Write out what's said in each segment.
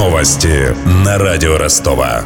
Новости на радио Ростова.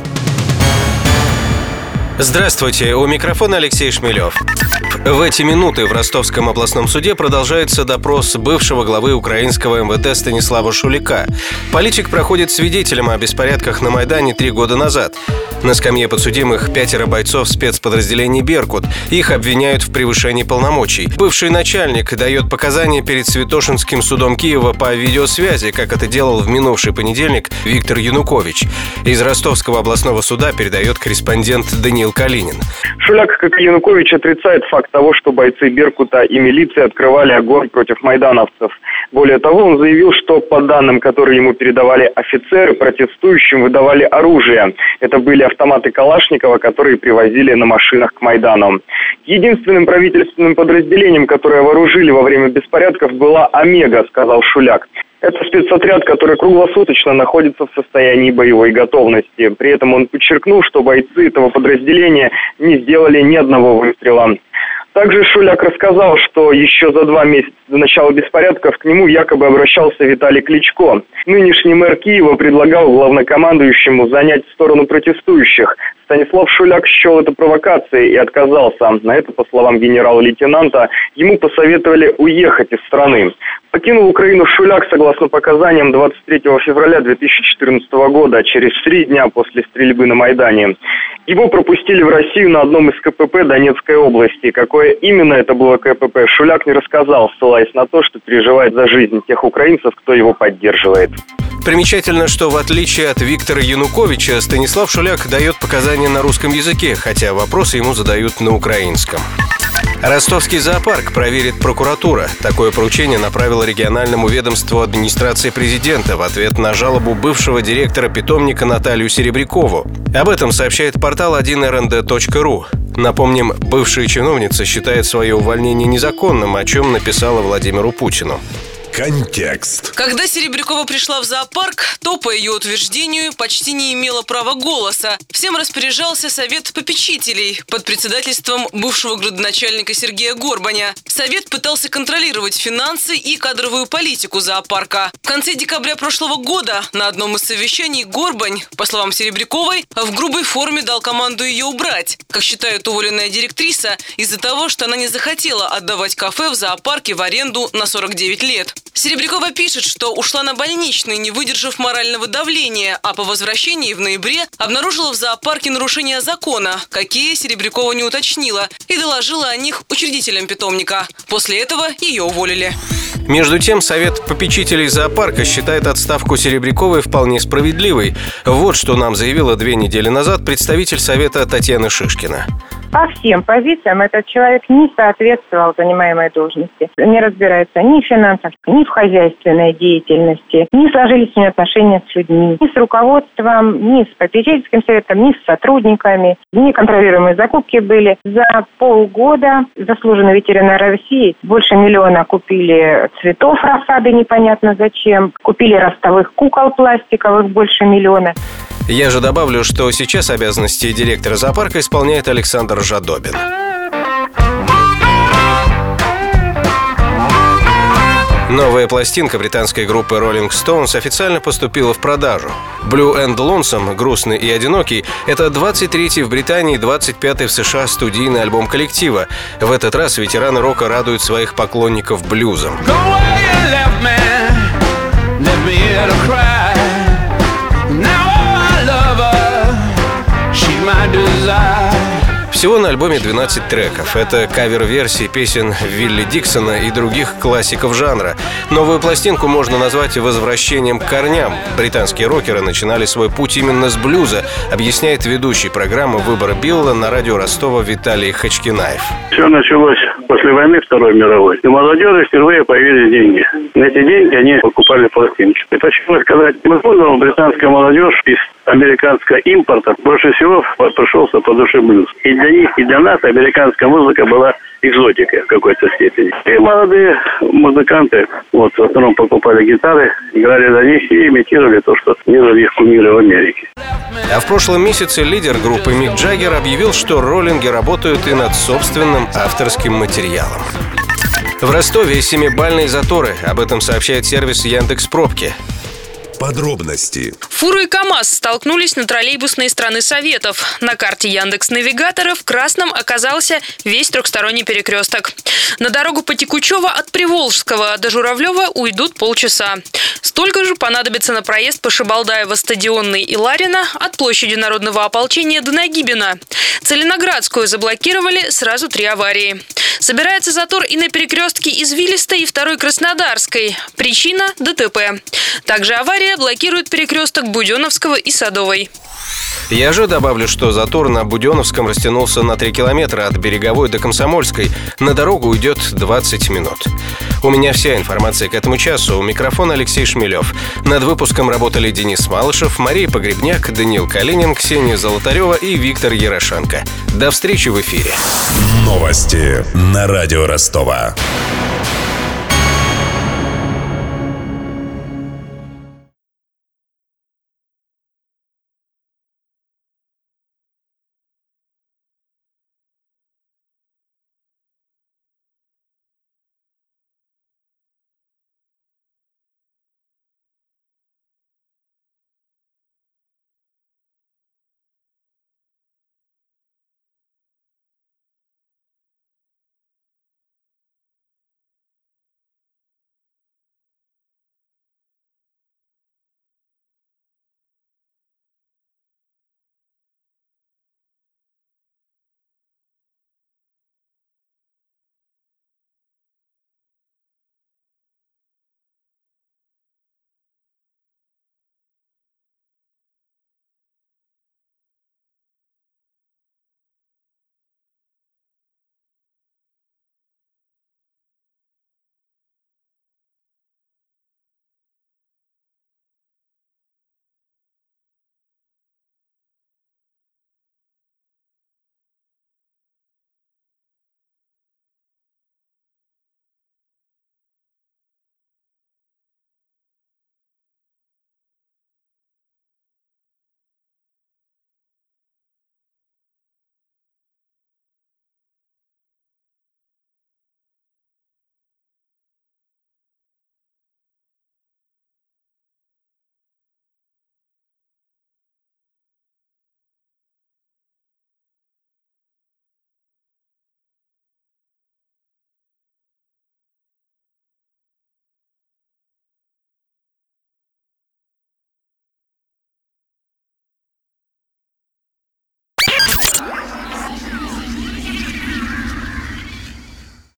Здравствуйте, у микрофона Алексей Шмелев. В эти минуты в Ростовском областном суде продолжается допрос бывшего главы украинского МВД Станислава Шуляка. Политик проходит свидетелем о беспорядках на Майдане 3 года назад. На скамье подсудимых 5 бойцов спецподразделений «Беркут». Их обвиняют в превышении полномочий. Бывший начальник дает показания перед Святошинским судом Киева по видеосвязи, как это делал в минувший понедельник Виктор Янукович. Из Ростовского областного суда передает корреспондент Даниил Калинин. Шуляк, как и Янукович, отрицает факт того, что бойцы «Беркута» и милиции открывали огонь против майдановцев. Более того, он заявил, что по данным, которые ему передавали офицеры, протестующим выдавали оружие. Это были автоматы Калашникова, которые привозили на машинах к Майдану. Единственным правительственным подразделением, которое вооружили во время беспорядков, была «Омега», сказал Шуляк. Это спецотряд, который круглосуточно находится в состоянии боевой готовности. При этом он подчеркнул, что бойцы этого подразделения не сделали ни одного выстрела. Также Шуляк рассказал, что еще за 2 месяца до начала беспорядков к нему якобы обращался Виталий Кличко. Нынешний мэр Киева предлагал главнокомандующему занять сторону протестующих. Станислав Шуляк счел это провокацией и отказался. На это, по словам генерала-лейтенанта, ему посоветовали уехать из страны. Покинул Украину Шуляк, согласно показаниям, 23 февраля 2014 года, через 3 дня после стрельбы на Майдане. Его пропустили в Россию на одном из КПП Донецкой области. Какое именно это было КПП, Шуляк не рассказал, ссылаясь на то, что переживает за жизнь тех украинцев, кто его поддерживает. Примечательно, что в отличие от Виктора Януковича, Станислав Шуляк дает показания на русском языке, хотя вопросы ему задают на украинском. Ростовский зоопарк проверит прокуратура. Такое поручение направило региональному ведомству администрации президента в ответ на жалобу бывшего директора питомника Наталью Серебрякову. Об этом сообщает портал 1rnd.ru. Напомним, бывшая чиновница считает свое увольнение незаконным, о чем написала Владимиру Путину. Контекст. Когда Серебрякова пришла в зоопарк, то, по ее утверждению, почти не имела права голоса. Всем распоряжался совет попечителей под председательством бывшего градоначальника Сергея Горбаня. Совет пытался контролировать финансы и кадровую политику зоопарка. В конце декабря прошлого года на одном из совещаний Горбань, по словам Серебряковой, в грубой форме дал команду ее убрать, как считает уволенная директриса, из-за того, что она не захотела отдавать кафе в зоопарке в аренду на 49 лет. Серебрякова пишет, что ушла на больничный, не выдержав морального давления, а по возвращении в ноябре обнаружила в зоопарке нарушения закона, какие Серебрякова не уточнила, и доложила о них учредителям питомника. После этого ее уволили. Между тем, совет попечителей зоопарка считает отставку Серебряковой вполне справедливой. Вот что нам заявила 2 недели назад представитель совета Татьяна Шишкина. По всем позициям этот человек не соответствовал занимаемой должности. Не разбирается ни в финансах, ни в хозяйственной деятельности. Не сложились у него отношения с людьми, ни с руководством, ни с попечительским советом, ни с сотрудниками. Неконтролируемые закупки были. За полгода заслуженные ветеринары России больше 1 миллиона купили цветов рассады непонятно зачем. Купили ростовых кукол пластиковых больше 1 миллиона. Я же добавлю, что сейчас обязанности директора зоопарка исполняет Александр Жадобин. Новая пластинка британской группы Rolling Stones официально поступила в продажу. Blue and Lonesome, грустный и одинокий, это 23-й в Британии, 25-й в США студийный альбом коллектива. В этот раз ветераны рока радуют своих поклонников блюзом. Всего на альбоме 12 треков. Это кавер-версии песен Вилли Диксона и других классиков жанра. Новую пластинку можно назвать возвращением к корням. Британские рокеры начинали свой путь именно с блюза, объясняет ведущий программы «Выбор Билла» на радио Ростова Виталий Хачкинаев. Все началось после войны Второй мировой. У молодежи впервые появились деньги. На эти деньги они покупали пластинки. И почему сказать, британская молодежь из американского импорта больше всего пришелся по душе блюз. И для них, и для нас американская музыка была экзотикой в какой-то степени. И молодые музыканты в основном покупали гитары, играли на них и имитировали то, что делали их кумиры в Америке. А в прошлом месяце лидер группы Мик Джаггер объявил, что роллинги работают и над собственным авторским материалом. В Ростове 7-бальные заторы. Об этом сообщает сервис Яндекс.Пробки. Подробности. Фура и КамАЗ столкнулись на троллейбусной страны Советов. На карте Яндекс.Навигатора в красном оказался весь трехсторонний перекресток. На дорогу по Текучево от Приволжского до Журавлева уйдут полчаса. Столько же понадобится на проезд по Шибалдаево, Стадионной и Ларина от площади Народного ополчения до Нагибина. Целиноградскую заблокировали сразу 3 аварии. Собирается затор и на перекрестке Извилистой и 2-й Краснодарской. Причина – ДТП. Также авария блокирует перекресток Буденновского и Садовой. Я же добавлю, что затор на Буденновском растянулся на 3 километра от Береговой до Комсомольской. На дорогу уйдет 20 минут. У меня вся информация к этому часу. У микрофона Алексей Шмелев. Над выпуском работали Денис Малышев, Мария Погребняк, Даниил Калинин, Ксения Золотарева и Виктор Ярошенко. До встречи в эфире. Новости на радио Ростова.